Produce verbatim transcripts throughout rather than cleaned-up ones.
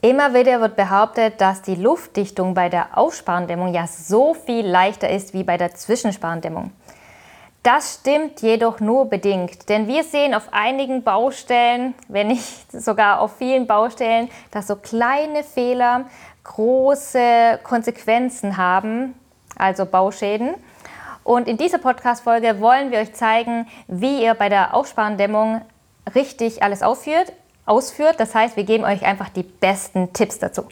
Immer wieder wird behauptet, dass die Luftdichtung bei der Aufsparendämmung ja so viel leichter ist wie bei der Zwischensparendämmung. Das stimmt jedoch nur bedingt, denn wir sehen auf einigen Baustellen, wenn nicht sogar auf vielen Baustellen, dass so kleine Fehler große Konsequenzen haben, also Bauschäden. Und in dieser Podcast-Folge wollen wir euch zeigen, wie ihr bei der Aufsparendämmung richtig alles ausführt. ausführt. Das heißt, wir geben euch einfach die besten Tipps dazu.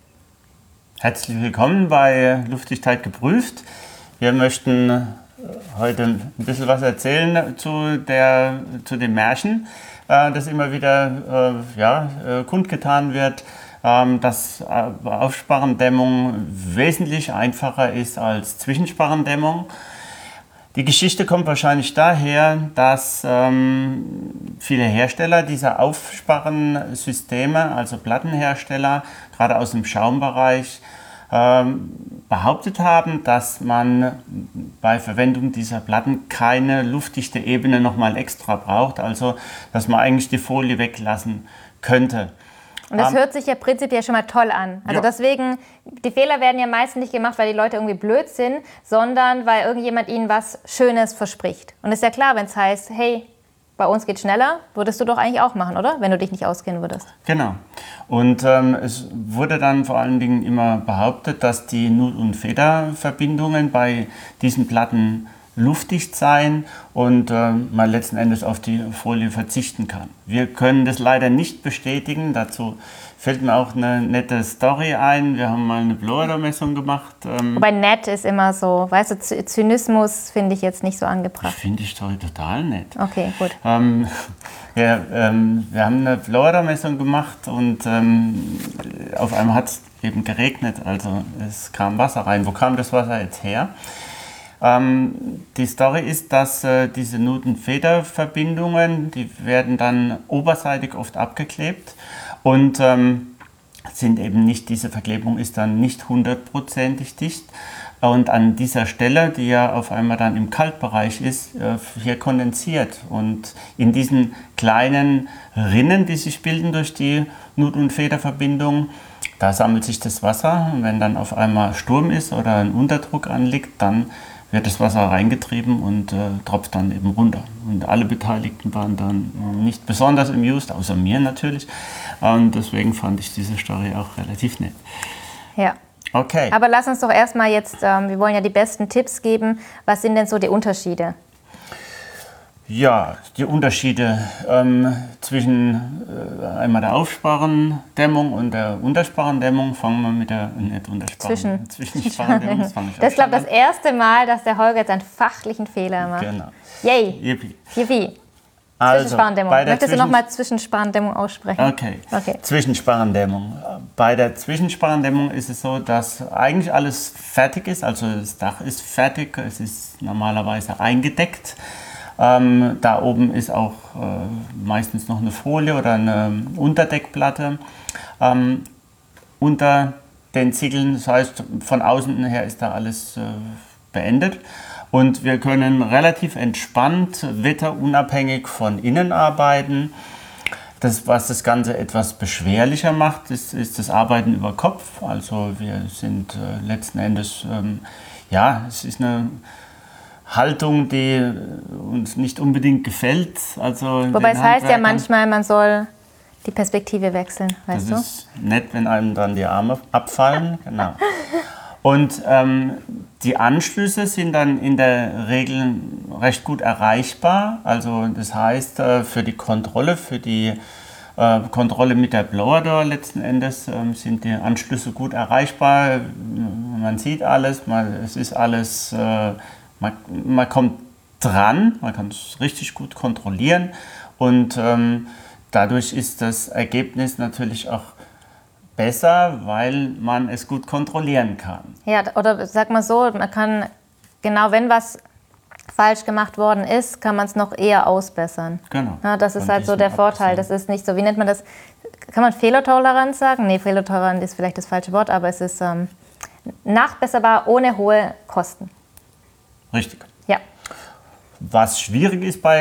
Herzlich willkommen bei Luftdichtheit geprüft. Wir möchten heute ein bisschen was erzählen zu, der, zu dem Märchen, äh, das immer wieder äh, ja, äh, kundgetan wird, äh, dass Aufsparendämmung wesentlich einfacher ist als Zwischensparendämmung. Die Geschichte kommt wahrscheinlich daher, dass ähm, viele Hersteller dieser Aufsparrensysteme, also Plattenhersteller, gerade aus dem Schaumbereich, ähm, behauptet haben, dass man bei Verwendung dieser Platten keine luftdichte Ebene nochmal extra braucht, also dass man eigentlich die Folie weglassen könnte. Und das um, hört sich ja prinzipiell schon mal toll an. Also ja. Deswegen, die Fehler werden ja meistens nicht gemacht, weil die Leute irgendwie blöd sind, sondern weil irgendjemand ihnen was Schönes verspricht. Und ist ja klar, wenn es heißt, hey, bei uns geht schneller, würdest du doch eigentlich auch machen, oder? Wenn du dich nicht auskennen würdest. Genau. Und ähm, es wurde dann vor allen Dingen immer behauptet, dass die Nut- und Federverbindungen bei diesen Platten luftdicht sein und äh, man letzten Endes auf die Folie verzichten kann. Wir können das leider nicht bestätigen. Dazu fällt mir auch eine nette Story ein. Wir haben mal eine Blower-Messung gemacht. Ähm Wobei nett ist immer so, weißt du, Zynismus finde ich jetzt nicht so angebracht. Ich finde die Story total nett. Okay, gut. Ähm, ja, ähm, wir haben eine Blower-Messung gemacht und ähm, auf einmal hat es eben geregnet. Also es kam Wasser rein. Wo kam das Wasser jetzt her? Ähm, die Story ist, dass äh, diese Nut-und-Feder-Verbindungen, die werden dann oberseitig oft abgeklebt und ähm, sind eben nicht, diese Verklebung ist dann nicht hundertprozentig dicht. Und an dieser Stelle, die ja auf einmal dann im Kaltbereich ist, äh, hier kondensiert. Und in diesen kleinen Rinnen, die sich bilden durch die Nut- und Federverbindung, da sammelt sich das Wasser. Und wenn dann auf einmal Sturm ist oder ein Unterdruck anliegt, dann wird das Wasser reingetrieben und äh, tropft dann eben runter. Und alle Beteiligten waren dann äh, nicht besonders amused, außer mir natürlich. Und deswegen fand ich diese Story auch relativ nett. Ja. Okay. Aber lass uns doch erstmal jetzt, ähm, wir wollen ja die besten Tipps geben. Was sind denn so die Unterschiede? Ja, die Unterschiede ähm, zwischen äh, einmal der Aufsparendämmung und der Untersparendämmung. Fangen wir mit der nicht Untersparen, Zwischen. Zwischensparendämmung. Das, das ist, glaube ich, das erste Mal, dass der Holger jetzt einen fachlichen Fehler macht. Genau. Yay. Yippie. Yippie. Also, Zwischensparendämmung. bei der Möchtest Zwischen- du nochmal Zwischensparendämmung aussprechen? Okay. okay. Zwischensparendämmung. Bei der Zwischensparendämmung ist es so, dass eigentlich alles fertig ist. Also das Dach ist fertig, es ist normalerweise eingedeckt. Ähm, da oben ist auch äh, meistens noch eine Folie oder eine Unterdeckplatte ähm, unter den Ziegeln. Das heißt, von außen her ist da alles äh, beendet. Und wir können relativ entspannt, wetterunabhängig von innen arbeiten. Das, was das Ganze etwas beschwerlicher macht, ist, ist das Arbeiten über Kopf. Also wir sind äh, letzten Endes, ähm, ja, es ist eine Haltung, die uns nicht unbedingt gefällt. Also Wobei es heißt ja manchmal, man soll die Perspektive wechseln, weißt du? Das ist nett, wenn einem dann die Arme abfallen. Genau. Und ähm, die Anschlüsse sind dann in der Regel recht gut erreichbar. Also das heißt, äh, für die Kontrolle, für die äh, Kontrolle mit der Blower Door letzten Endes äh, sind die Anschlüsse gut erreichbar. Man sieht alles, man, es ist alles... Äh, Man, man kommt dran, man kann es richtig gut kontrollieren und ähm, dadurch ist das Ergebnis natürlich auch besser, weil man es gut kontrollieren kann. Ja, oder sag mal so, man kann, genau wenn was falsch gemacht worden ist, kann man es noch eher ausbessern. Genau. Ja, das ist Von halt so der Vorteil. Das ist nicht so, wie nennt man das? Kann man Fehlertoleranz sagen? Nee, Fehlertoleranz ist vielleicht das falsche Wort, aber es ist ähm, nachbesserbar ohne hohe Kosten. Richtig. Ja. Was schwierig ist bei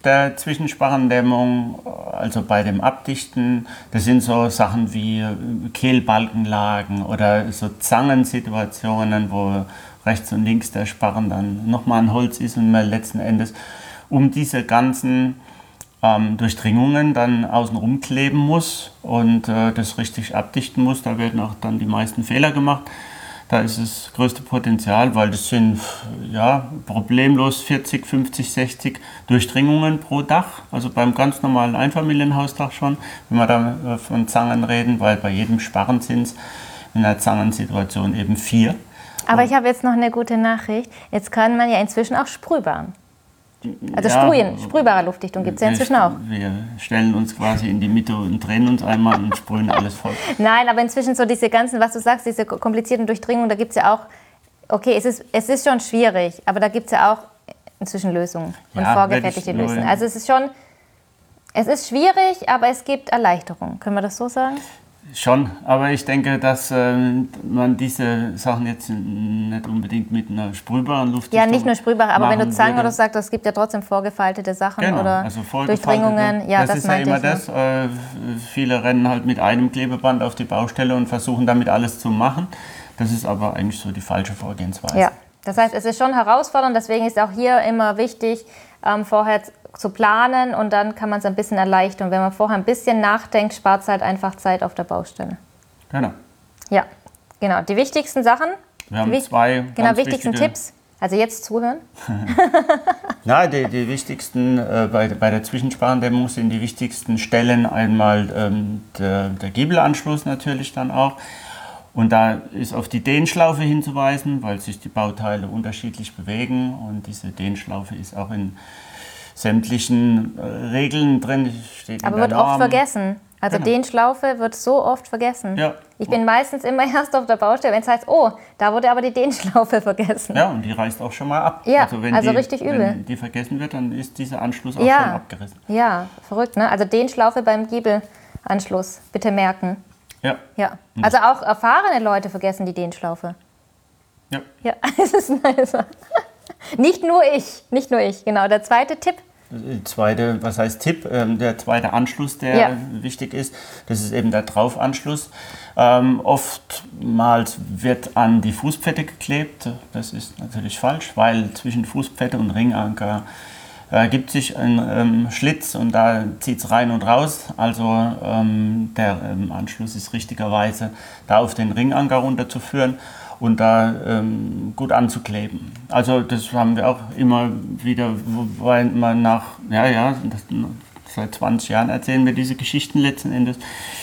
der Zwischensparrendämmung, also bei dem Abdichten, das sind so Sachen wie Kehlbalkenlagen oder so Zangensituationen, wo rechts und links der Sparren dann nochmal ein Holz ist und man letzten Endes um diese ganzen ähm, Durchdringungen dann außenrum kleben muss und äh, das richtig abdichten muss. Da werden auch dann die meisten Fehler gemacht. Da ist das größte Potenzial, weil das sind ja, problemlos vierzig, fünfzig, sechzig Durchdringungen pro Dach. Also beim ganz normalen Einfamilienhausdach schon, wenn wir da von Zangen reden, weil bei jedem Sparren sind es in der Zangensituation eben vier. Aber ich habe jetzt noch eine gute Nachricht. Jetzt kann man ja inzwischen auch sprühbaren. Also Ja, sprühen, sprühbare Luftdichtung gibt es ja inzwischen auch. Wir stellen uns quasi in die Mitte und drehen uns einmal und sprühen alles voll. Nein, aber inzwischen so diese ganzen, was du sagst, diese komplizierten Durchdringungen, da gibt es ja auch, okay, es ist, es ist schon schwierig, aber da gibt es ja auch inzwischen Lösungen und Ja, vorgefertigte werde ich nur- Lösungen. Also es ist schon, es ist schwierig, aber es gibt Erleichterung. Können wir das so sagen? Schon, aber ich denke, dass äh, man diese Sachen jetzt nicht unbedingt mit einer sprühbaren Luftdichtung Ja, nicht nur sprühbare, aber wenn du machen Zangen würde. oder so sagst, es gibt ja trotzdem vorgefaltete Sachen Genau, oder also vorgefaltete, Durchdringungen. Ja, das, das, ist ja meinte immer ich. ne? das. Äh, viele rennen halt mit einem Klebeband auf die Baustelle und versuchen damit alles zu machen. Das ist aber eigentlich so die falsche Vorgehensweise. Ja, das heißt, es ist schon herausfordernd, deswegen ist auch hier immer wichtig, ähm, vorher zu planen und dann kann man es ein bisschen erleichtern. Wenn man vorher ein bisschen nachdenkt, spart es halt einfach Zeit auf der Baustelle. Genau. Ja, genau. Die wichtigsten Sachen, Wir haben die, zwei genau, ganz wichtigsten wichtige, Tipps. Also jetzt zuhören. Na, die, die wichtigsten, äh, bei, bei der Zwischensparrendämmung sind die wichtigsten Stellen einmal ähm, der, der Giebelanschluss natürlich dann auch. Und da ist auf die Dehnschlaufe hinzuweisen, weil sich die Bauteile unterschiedlich bewegen. Und diese Dehnschlaufe ist auch in sämtlichen äh, Regeln drin. Steht in Aber der wird oft Norm. vergessen. Also Genau. Dehnschlaufe wird so oft vergessen. Ja. Ich bin meistens immer erst auf der Baustelle, wenn es heißt, oh, da wurde aber die Dehnschlaufe vergessen. Ja, und die reißt auch schon mal ab. Ja, also, wenn also die, richtig übel. Wenn die vergessen wird, dann ist dieser Anschluss auch Ja. schon abgerissen. Ja, verrückt, ne? Also Dehnschlaufe beim Giebelanschluss, bitte merken. Ja. Ja, also auch erfahrene Leute vergessen die Dehnschlaufe. Ja. Ja, es ist nice. Nicht nur ich, nicht nur ich, genau. Der zweite Tipp. Der zweite, was heißt Tipp? Ähm, der zweite Anschluss, der Ja. wichtig ist, das ist eben der Draufanschluss. Ähm, oftmals wird an die Fußpfette geklebt. Das ist natürlich falsch, weil zwischen Fußpfette und Ringanker äh, gibt sich ein ähm, Schlitz und da zieht es rein und raus. Also ähm, der ähm, Anschluss ist richtigerweise da auf den Ringanker runterzuführen und da ähm, gut anzukleben. Also das haben wir auch immer wieder, wobei man nach, ja, ja, das, seit zwanzig Jahren erzählen wir diese Geschichten letzten Endes.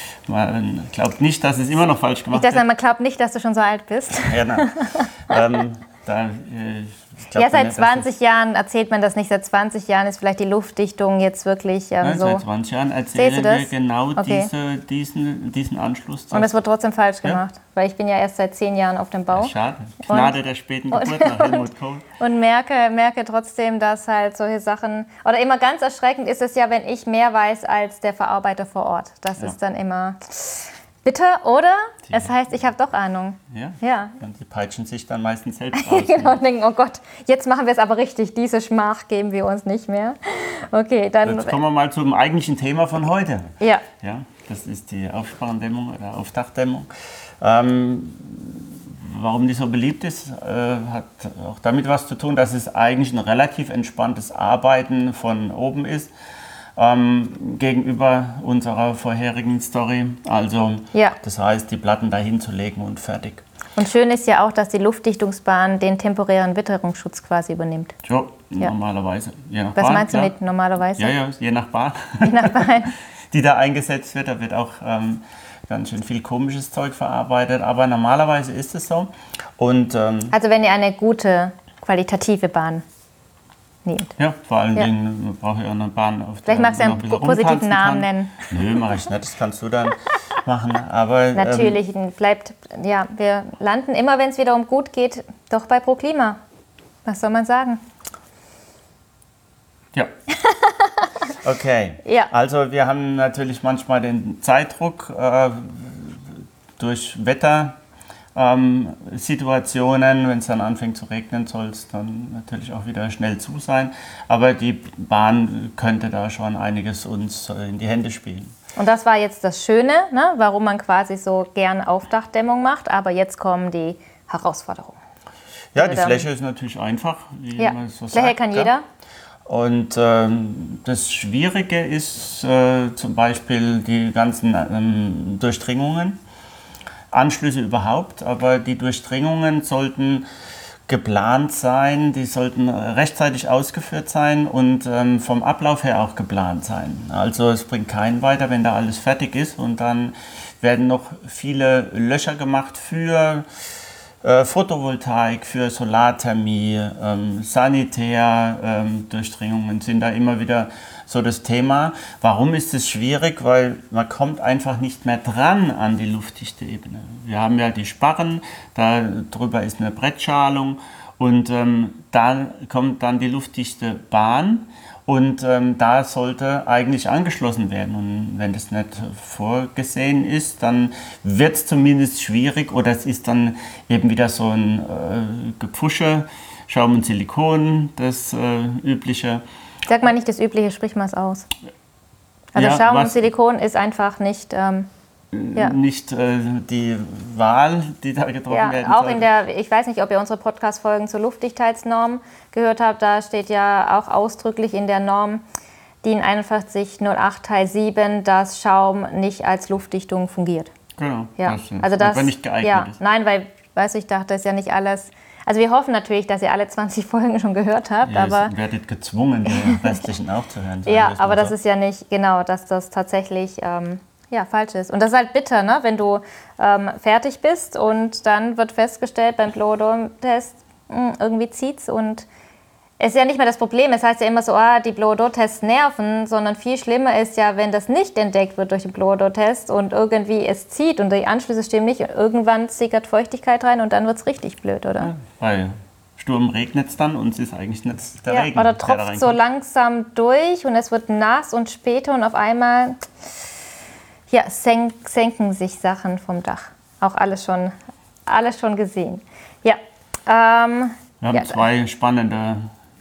Man glaubt nicht, dass es immer noch falsch gemacht Ich dachte, wird. man glaubt nicht, dass du schon so alt bist. Ja, na, ähm, da, äh, ich glaub Ja, seit nicht, dass zwanzig Jahren erzählt man das nicht. Seit zwanzig Jahren ist vielleicht die Luftdichtung jetzt wirklich ähm, Nein, so. seit zwanzig Jahren Seht erzählen ihr das? wir genau Okay. diese, diesen, diesen Anschluss. Und es wird trotzdem falsch Ja. gemacht, weil ich bin ja erst seit zehn Jahren auf dem Bau. Schade. Gnade der späten Geburt nach Helmut Kohl. Und merke, merke trotzdem, dass halt solche Sachen, oder immer ganz erschreckend ist es ja, wenn ich mehr weiß als der Verarbeiter vor Ort. Das Ja. ist dann immer bitter, oder? Es heißt, ich habe doch Ahnung. Ja. Ja. Und die peitschen sich dann meistens selbst aus. Genau, und denken, oh Gott, jetzt machen wir es aber richtig, diese Schmach geben wir uns nicht mehr. Okay, dann, Jetzt kommen wir mal zum eigentlichen Thema von heute. ja, Ja, das ist die Aufsparrendämmung oder Aufdachdämmung. Ähm, warum die so beliebt ist, äh, hat auch damit was zu tun, dass es eigentlich ein relativ entspanntes Arbeiten von oben ist. Ähm, gegenüber unserer vorherigen Story. Also Ja. das heißt, die Platten dahin zu legen und fertig. und schön ist ja auch, dass die Luftdichtungsbahn den temporären Witterungsschutz quasi übernimmt. So, Ja. normalerweise. Je nach Was Bahn, meinst du klar. mit normalerweise? Ja, ja, je nach Bahn, Je nach Bahn. die da eingesetzt wird. Da wird auch ähm, ganz schön viel komisches Zeug verarbeitet, aber normalerweise ist es so. Und ähm, Also wenn ihr eine gute, qualitative Bahn nehmt. ja, vor allen Ja. Dingen, man braucht ja eine Bahn, auf der Vielleicht magst du man einen noch ein bisschen po- positiven rumtanzen Namen kann. nennen. Nö, mache ich nicht, das kannst du dann machen. Aber ähm, Natürlich, bleibt, ja, wir landen immer, wenn es wiederum gut geht, doch bei ProKlima. Was soll man sagen? ja. Okay. Ja. Also wir haben natürlich manchmal den Zeitdruck äh, durch Wetter. ähm, Situationen. Wenn es dann anfängt zu regnen, soll es dann natürlich auch wieder schnell zu sein. Aber die Bahn könnte da schon einiges uns in die Hände spielen. Und das war jetzt das Schöne, ne, warum man quasi so gern Aufdachdämmung macht. Aber jetzt kommen die Herausforderungen. Ja, die Fläche ist natürlich einfach, wie ja. man so sagt. Fläche kann jeder. Und ähm, das Schwierige ist äh, zum Beispiel die ganzen ähm, Durchdringungen, Anschlüsse überhaupt, aber die Durchdringungen sollten geplant sein, die sollten rechtzeitig ausgeführt sein und ähm, vom Ablauf her auch geplant sein. Also es bringt keinen weiter, wenn da alles fertig ist und dann werden noch viele Löcher gemacht für äh, Photovoltaik, für Solarthermie, ähm, Sanitär, ähm, Durchdringungen sind da immer wieder so das Thema. Warum ist es schwierig? Weil man kommt einfach nicht mehr dran an die luftdichte Ebene. Wir haben ja die Sparren, da drüber ist eine Brettschalung und ähm, da kommt dann die luftdichte Bahn und ähm, da sollte eigentlich angeschlossen werden. Und wenn das nicht vorgesehen ist, dann wird es zumindest schwierig oder es ist dann eben wieder so ein äh, Gepfusche, Schaum und Silikon, das äh, übliche. Sag mal nicht das Übliche, sprich mal es aus. Also ja, Schaum was, und Silikon ist einfach nicht, ähm, ja. nicht äh, die Wahl, die da getroffen ja, werden auch sollte. in der, ich weiß nicht, ob ihr unsere Podcast-Folgen zur Luftdichtheitsnorm gehört habt, da steht ja auch ausdrücklich in der Norm DIN einundvierzig null acht Teil sieben, dass Schaum nicht als Luftdichtung fungiert. Genau, ja. das also das, aber nicht geeignet ja, ist. Nein, weil, weißt du, ich dachte, das ist ja nicht alles. Also wir hoffen natürlich, dass ihr alle zwanzig Folgen schon gehört habt. Ja, aber ihr werdet gezwungen, die restlichen auch zu hören. Ja, aber das so. ist ja nicht genau, dass das tatsächlich ähm, ja, falsch ist. Und das ist halt bitter, ne? Wenn du ähm, fertig bist und dann wird festgestellt beim Blow-Odor-Test, irgendwie zieht's und es ist ja nicht mehr das Problem. Es heißt ja immer so, ah, die Blow-Odor-Tests nerven, sondern viel schlimmer ist ja, wenn das nicht entdeckt wird durch den Blow-Odor-Test und irgendwie es zieht und die Anschlüsse stimmen nicht und irgendwann sickert Feuchtigkeit rein und dann wird es richtig blöd, oder? Ja, bei Sturm regnet es dann und es ist eigentlich nicht der ja, Regen. Oder tropft so langsam durch und es wird nass und später und auf einmal ja, senk, senken sich Sachen vom Dach. Auch alles schon, alles schon gesehen. Ja, ähm, wir haben ja, zwei spannende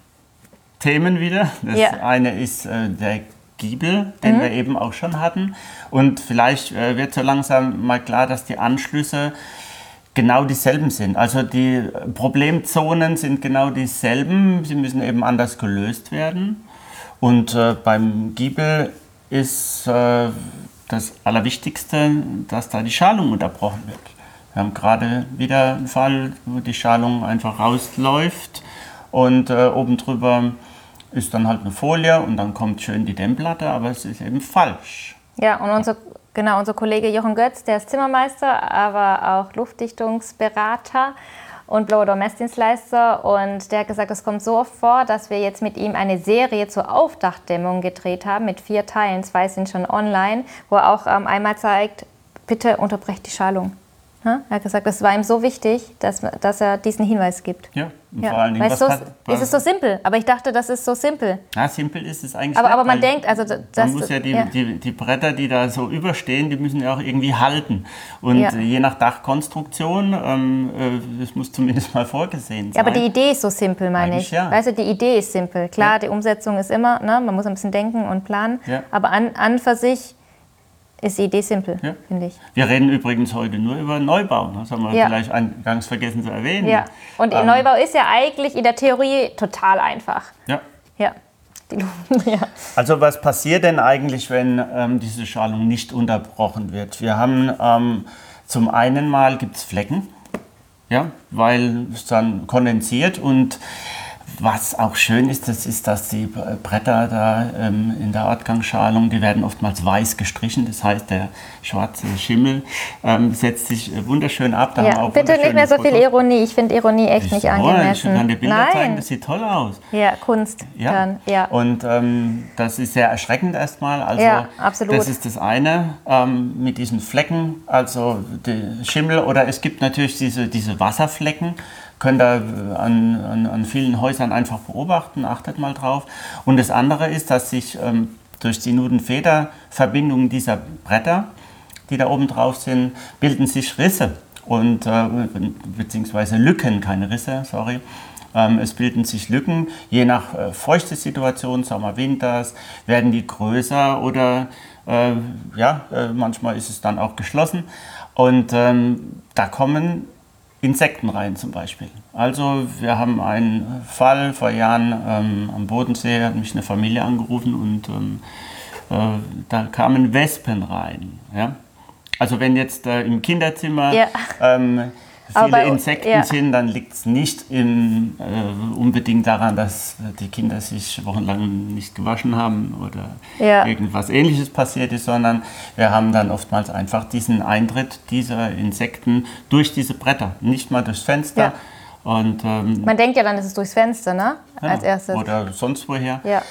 Themen wieder. Das ja. eine ist äh, der Giebel, den mhm. wir eben auch schon hatten. Und vielleicht äh, wird so langsam mal klar, dass die Anschlüsse genau dieselben sind. Also die Problemzonen sind genau dieselben. Sie müssen eben anders gelöst werden. Und äh, beim Giebel ist äh, das Allerwichtigste, dass da die Schalung unterbrochen wird. Wir haben gerade wieder einen Fall, wo die Schalung einfach rausläuft und äh, oben drüber ist dann halt eine Folie und dann kommt schön die Dämmplatte, aber es ist eben falsch. Ja, und unser, genau, unser Kollege Jochen Götz, der ist Zimmermeister, aber auch Luftdichtungsberater und Blow-Odor-Messdienstleister und der hat gesagt, es kommt so oft vor, dass wir jetzt mit ihm eine Serie zur Aufdachdämmung gedreht haben mit vier Teilen, zwei sind schon online, wo er auch ähm, einmal zeigt, bitte unterbrecht die Schalung. Er hat gesagt, das war ihm so wichtig, dass, dass er diesen Hinweis gibt. Ja, und ja. vor allen Dingen, Weil was so, kann, was ist es so simpel, aber ich dachte, das ist so simpel. Ja, simpel ist es eigentlich aber, nicht. Aber man denkt, also das... Man muss ja die, ja. Die, die Bretter, die da so überstehen, die müssen ja auch irgendwie halten. Und ja. je nach Dachkonstruktion, ähm, das muss zumindest mal vorgesehen sein. Ja, aber die Idee ist so simpel, meine eigentlich ich. Ja. Weißt du, die Idee ist simpel. Klar, ja. die Umsetzung ist immer, ne, man muss ein bisschen denken und planen, ja. aber an, an für sich ist die Idee simpel, ja. finde ich. Wir reden übrigens heute nur über Neubau. Das haben wir ja. vielleicht eingangs vergessen zu erwähnen. Ja, und ähm, Neubau ist ja eigentlich in der Theorie total einfach. Ja. Ja. Die ja. Also was passiert denn eigentlich, wenn ähm, diese Schalung nicht unterbrochen wird? Wir haben ähm, zum einen mal gibt es Flecken, ja, weil es dann kondensiert und was auch schön ist, das ist, dass die Bretter da ähm, in der Ortgangsschalung, die werden oftmals weiß gestrichen. Das heißt, der schwarze Schimmel ähm, setzt sich wunderschön ab. Da ja, haben wir auch bitte nicht mehr so Fotos. viel Ironie. Ich finde Ironie echt ich nicht so, angemessen. Ich kann dir Bilder Nein. zeigen, das sieht toll aus. Ja, Kunst. Ja. Dann, ja. Und ähm, das ist sehr erschreckend erstmal. Also, ja, absolut. Das ist das eine ähm, mit diesen Flecken, also die Schimmel. Oder es gibt natürlich diese, diese Wasserflecken. Könnt ihr an, an, an vielen Häusern einfach beobachten, achtet mal drauf. Und das andere ist, dass sich ähm, durch die Nudenfederverbindungen dieser Bretter, die da oben drauf sind, bilden sich Risse. und äh, beziehungsweise Lücken, keine Risse, sorry. Ähm, es bilden sich Lücken, je nach äh, Feuchtesituation, Sommer, Winters, werden die größer oder äh, ja, äh, manchmal ist es dann auch geschlossen. Und ähm, da kommen Insekten rein zum Beispiel. Also wir haben einen Fall vor Jahren ähm, am Bodensee, hat mich eine Familie angerufen und ähm, äh, da kamen Wespen rein. Ja? Also wenn jetzt äh, im Kinderzimmer ja. ähm, viele bei, Insekten ja. sind, dann liegt es nicht in, äh, unbedingt daran, dass die Kinder sich wochenlang nicht gewaschen haben oder ja. irgendwas Ähnliches passiert ist, sondern wir haben dann oftmals einfach diesen Eintritt dieser Insekten durch diese Bretter, nicht mal durchs Fenster. Ja. Und, ähm, Man denkt ja dann, es ist durchs Fenster, ne? Ja, als erstes. Oder sonst woher. Ja.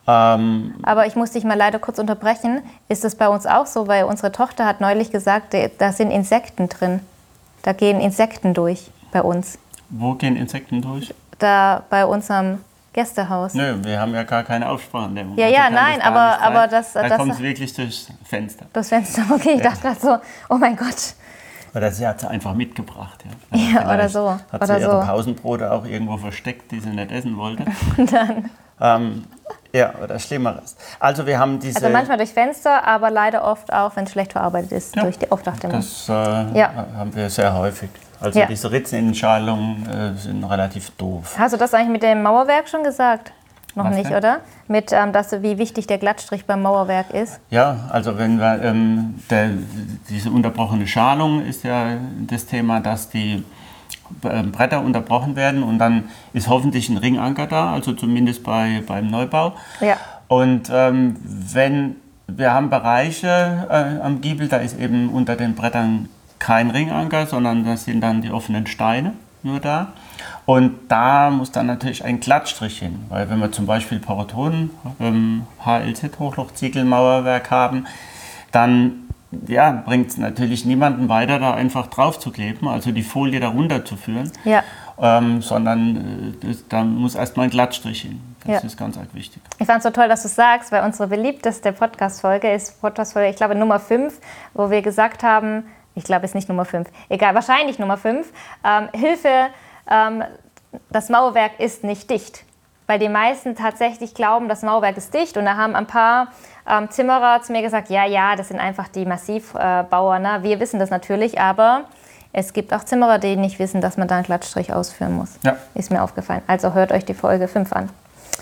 Ähm, Aber ich muss dich mal leider kurz unterbrechen. Ist das bei uns auch so? Weil unsere Tochter hat neulich gesagt, da sind Insekten drin. Da gehen Insekten durch bei uns. Wo gehen Insekten durch? Da bei unserem Gästehaus. Nö, wir haben ja gar keine Aufsprachendämmung. Ja, also ja, kann nein, das gar aber, nicht sein. aber das... Da das kommt es wirklich durchs Fenster. Durchs Fenster, okay. Ich Ja. dachte gerade so, oh mein Gott. Oder sie hat sie einfach mitgebracht. Ja, also Ja, oder so. Hat oder sie ihre so. Pausenbrote auch irgendwo versteckt, die sie nicht essen wollte. Dann. Ähm, ja, oder Schlimmeres. Also wir haben diese... Also manchmal durch Fenster, aber leider oft auch, wenn es schlecht verarbeitet ist, Ja, durch die Aufdachdämmung. Das äh, Ja. haben wir sehr häufig. Also Ja. diese Ritzeninnenschalungen äh, sind relativ doof. Hast du das eigentlich mit dem Mauerwerk schon gesagt? Noch Was nicht, denn? oder? Mit, ähm, dass, wie wichtig der Glattstrich beim Mauerwerk ist. Ja, also wenn wir ähm, der, diese unterbrochene Schalung ist ja das Thema, dass die äh, Bretter unterbrochen werden und dann ist hoffentlich ein Ringanker da, also zumindest bei, beim Neubau. Ja. Und ähm, wenn wir haben Bereiche äh, am Giebel, da ist eben unter den Brettern kein Ringanker, sondern das sind dann die offenen Steine nur da. Und da muss dann natürlich ein Glattstrich hin, weil wenn wir zum Beispiel Poroton, ähm, H L Z-Hochlochziegelmauerwerk haben, dann ja, bringt es natürlich niemanden weiter, da einfach drauf zu kleben, also die Folie darunter zu führen, Ja. ähm, sondern äh, das, da muss erstmal ein Glattstrich hin. Das Ja. ist ganz arg wichtig. Ich fand es so toll, dass du es sagst, weil unsere beliebteste Podcast-Folge ist Podcast-Folge, ich glaube, Nummer fünf, wo wir gesagt haben, ich glaube, es ist nicht Nummer fünf, egal, wahrscheinlich Nummer fünf, ähm, Hilfe, ähm, das Mauerwerk ist nicht dicht. Weil die meisten tatsächlich glauben, das Mauerwerk ist dicht. Und da haben ein paar ähm, Zimmerer zu mir gesagt, ja, ja, das sind einfach die Massivbauer. Ne? Wir wissen das natürlich, aber es gibt auch Zimmerer, die nicht wissen, dass man da einen Glattstrich ausführen muss. Ja. Ist mir aufgefallen. Also hört euch die Folge fünf an.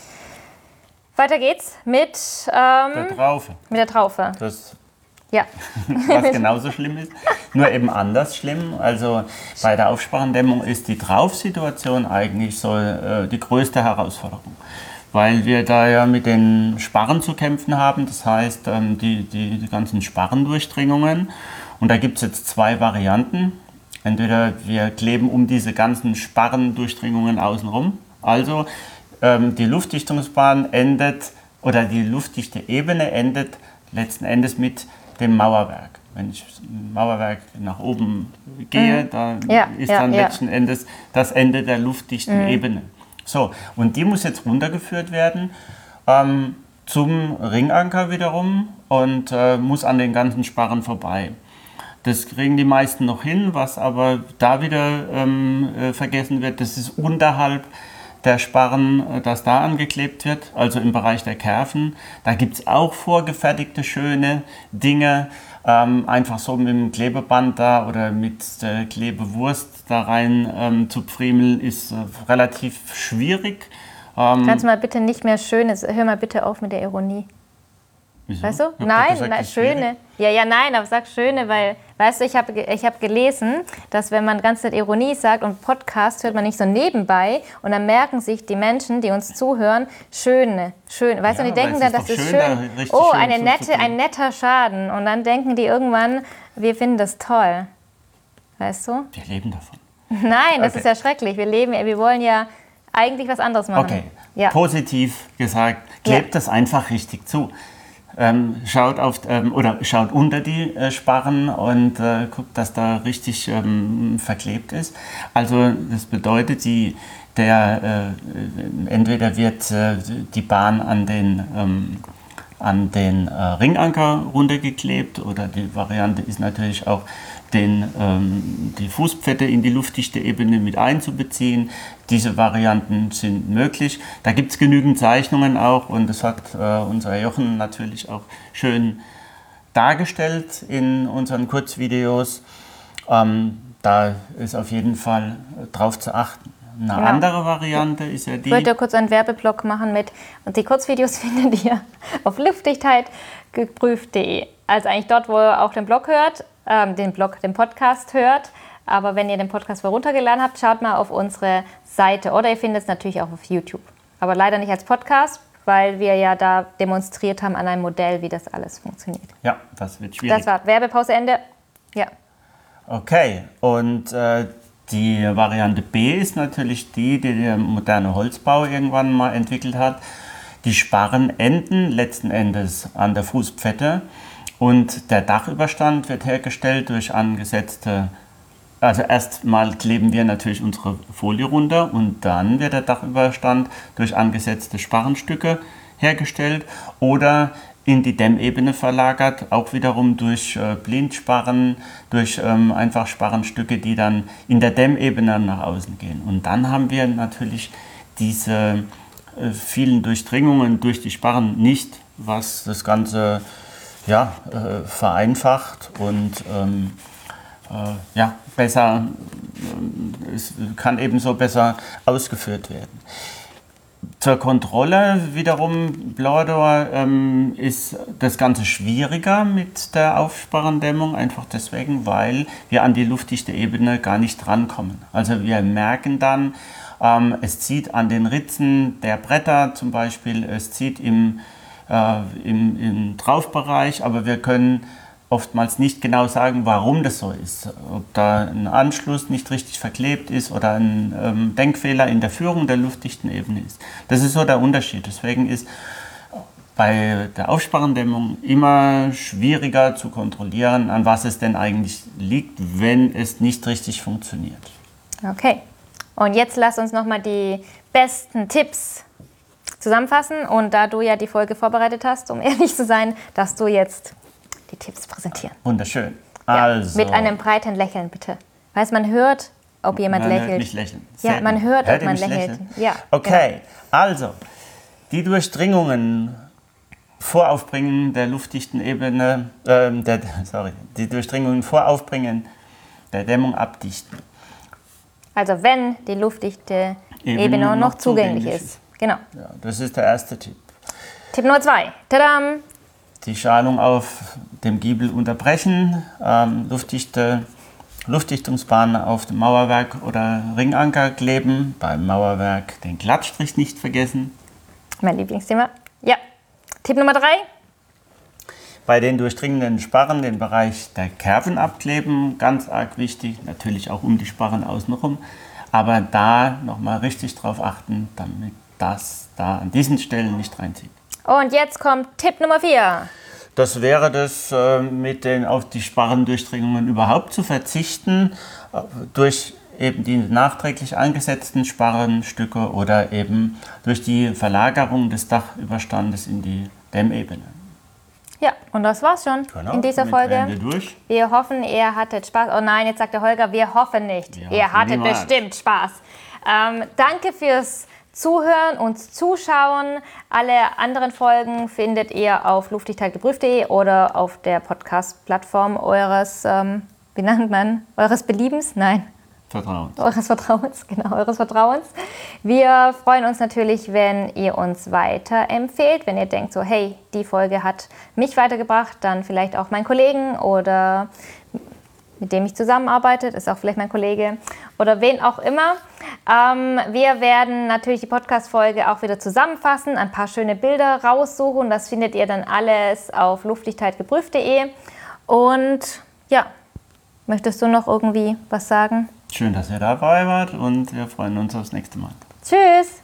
Weiter geht's mit, ähm, Der Traufe. mit der Traufe. Das Ja. was genauso schlimm ist, nur eben anders schlimm. Also bei der Aufsprachendämmung ist die Traufsituation eigentlich so äh, die größte Herausforderung, weil wir da ja mit den Sparren zu kämpfen haben, das heißt ähm, die, die, die ganzen Sparrendurchdringungen. Und da gibt es jetzt zwei Varianten. Entweder wir kleben um diese ganzen Sparrendurchdringungen außenrum, also ähm, die Luftdichtungsbahn endet oder die luftdichte Ebene endet letzten Endes mit dem Mauerwerk. Wenn ich im Mauerwerk nach oben gehe, Mhm. dann Ja, ist ja, dann ja. letzten Endes das Ende der luftdichten Mhm. Ebene. So, und die muss jetzt runtergeführt werden ähm, zum Ringanker wiederum und äh, muss an den ganzen Sparren vorbei. Das kriegen die meisten noch hin, was aber da wieder ähm, äh, vergessen wird, das ist unterhalb der Sparren, äh, das da angeklebt wird, also im Bereich der Kerven. Da gibt es auch vorgefertigte schöne Dinge, ähm, einfach so mit dem Klebeband da oder mit der Klebewurst da rein ähm, zu pfriemeln, ist äh, relativ schwierig. Ähm, Kannst du mal bitte nicht mehr Schönes, hör mal bitte auf mit der Ironie. wieso? Weißt du? Ich hab doch Nein, gesagt, nein es ist schwierig. schöne. Ja, ja, nein, aber sag schöne, weil, weißt du, ich habe ich hab gelesen, dass wenn man die ganze Zeit Ironie sagt und Podcast hört man nicht so nebenbei und dann merken sich die Menschen, die uns zuhören, schöne, schön. Weißt Ja, du, und die aber denken es dann, ist das doch ist schön, schön. da richtig Oh, schön eine nette, zuzutun. ein netter Schaden. Und dann denken die irgendwann, wir finden das toll. Weißt du? Wir leben davon. Nein, das Okay. ist ja schrecklich. Wir leben, wir wollen ja eigentlich was anderes machen. Okay, Ja. positiv gesagt, klebt das einfach richtig zu. Ähm, schaut, auf, ähm, oder schaut unter die äh, Sparren und äh, guckt, dass da richtig ähm, verklebt ist. Also das bedeutet, die, der, äh, entweder wird äh, die Bahn an den, ähm, an den äh, Ringanker runtergeklebt, oder die Variante ist natürlich auch, den, ähm, die Fußpfette in die luftdichte Ebene mit einzubeziehen. Diese Varianten sind möglich. Da gibt es genügend Zeichnungen auch, und das hat äh, unser Jochen natürlich auch schön dargestellt in unseren Kurzvideos. Ähm, da ist auf jeden Fall drauf zu achten. Eine Genau. andere Variante ist ja die... Ich wollte kurz einen Werbeblock machen mit, und die Kurzvideos findet ihr auf luftdichtheit geprüft punkt de. Also eigentlich dort, wo ihr auch den Blog hört, ähm, den Blog, den Podcast hört. Aber wenn ihr den Podcast heruntergeladen habt, schaut mal auf unsere Seite. Oder ihr findet es natürlich auch auf YouTube. Aber leider nicht als Podcast, weil wir ja da demonstriert haben an einem Modell, wie das alles funktioniert. Ja, das wird schwierig. Das war Werbepause Ende. Ja. Okay, und äh, die Variante B ist natürlich die, die der moderne Holzbau irgendwann mal entwickelt hat. Die Sparren enden letzten Endes an der Fußpfette, und der Dachüberstand wird hergestellt durch angesetzte, also erstmal kleben wir natürlich unsere Folie runter, und dann wird der Dachüberstand durch angesetzte Sparrenstücke hergestellt oder in die Dämmebene verlagert, auch wiederum durch äh, Blindsparren, durch ähm, einfach Sparrenstücke, die dann in der Dämmebene nach außen gehen. Und dann haben wir natürlich diese äh, vielen Durchdringungen durch die Sparren nicht, was das Ganze ja, äh, vereinfacht und ähm, äh, ja, besser, äh, es kann ebenso besser ausgeführt werden. Zur Kontrolle wiederum, Blauer ähm, ist das Ganze schwieriger mit der Aufsparrendämmung, einfach deswegen, weil wir an die luftdichte Ebene gar nicht rankommen. Also wir merken dann, ähm, es zieht an den Ritzen der Bretter zum Beispiel, es zieht im, äh, im, im Traufbereich, aber wir können oftmals nicht genau sagen, warum das so ist. Ob da ein Anschluss nicht richtig verklebt ist oder ein ähm, Denkfehler in der Führung der luftdichten Ebene ist. Das ist so der Unterschied. Deswegen ist bei der Aufsparrendämmung immer schwieriger zu kontrollieren, an was es denn eigentlich liegt, wenn es nicht richtig funktioniert. Okay. Und jetzt lass uns nochmal die besten Tipps zusammenfassen. Und da du ja die Folge vorbereitet hast, um ehrlich zu sein, darfst du jetzt die Tipps präsentieren. Wunderschön. Ja, Also, mit einem breiten Lächeln, bitte. Weiß, man hört, ob jemand man lächelt. Hört mich lächeln. Ja, Sehr man gut. hört, Hört ob ihr man mich lächelt. lächeln? Ja, okay, genau. Also, die Durchdringungen vor Aufbringen der luftdichten Ebene, äh, der, sorry, die Durchdringungen vor Aufbringen der Dämmung abdichten. Also wenn die luftdichte Ebene, Ebene noch, noch zugänglich, zugänglich ist. ist. Genau. Ja, das ist der erste Tipp. Tipp Nummer zwei. Tadam! Die Schalung auf dem Giebel unterbrechen, ähm, luftdichte, Luftdichtungsbahn auf dem Mauerwerk oder Ringanker kleben, beim Mauerwerk den Glattstrich nicht vergessen. Mein Lieblingsthema. Ja. Tipp Nummer drei. Bei den durchdringenden Sparren den Bereich der Kerben abkleben, ganz arg wichtig, natürlich auch um die Sparren außenrum, aber da nochmal richtig drauf achten, damit das da an diesen Stellen nicht reinzieht. Und jetzt kommt Tipp Nummer vier. Das wäre das, äh, mit den auf die Sparrendurchdringungen überhaupt zu verzichten, äh, durch eben die nachträglich angesetzten Sparrenstücke oder eben durch die Verlagerung des Dachüberstandes in die Dämmebene. Ja, und das war's schon genau, in dieser Folge. Wir, durch. wir hoffen, ihr hattet Spaß. Oh nein, jetzt sagt der Holger, wir hoffen nicht. Wir ihr hoffen hattet niemals. bestimmt Spaß. Ähm, danke fürs Zuhören und Zuschauen. Alle anderen Folgen findet ihr auf luftdichtheit geprüft punkt de oder auf der Podcast-Plattform eures, ähm, wie nennt man, eures Beliebens? Nein. Vertrauens. Eures Vertrauens, genau, eures Vertrauens. Wir freuen uns natürlich, wenn ihr uns weiterempfehlt, wenn ihr denkt so, hey, die Folge hat mich weitergebracht, dann vielleicht auch meinen Kollegen oder mit dem ich zusammenarbeite, ist auch vielleicht mein Kollege oder wen auch immer. Ähm, wir werden natürlich die Podcast-Folge auch wieder zusammenfassen, ein paar schöne Bilder raussuchen. Das findet ihr dann alles auf luftdichtheit geprüft punkt de. Und ja, möchtest du noch irgendwie was sagen? Schön, dass ihr dabei wart und wir freuen uns aufs nächste Mal. Tschüss!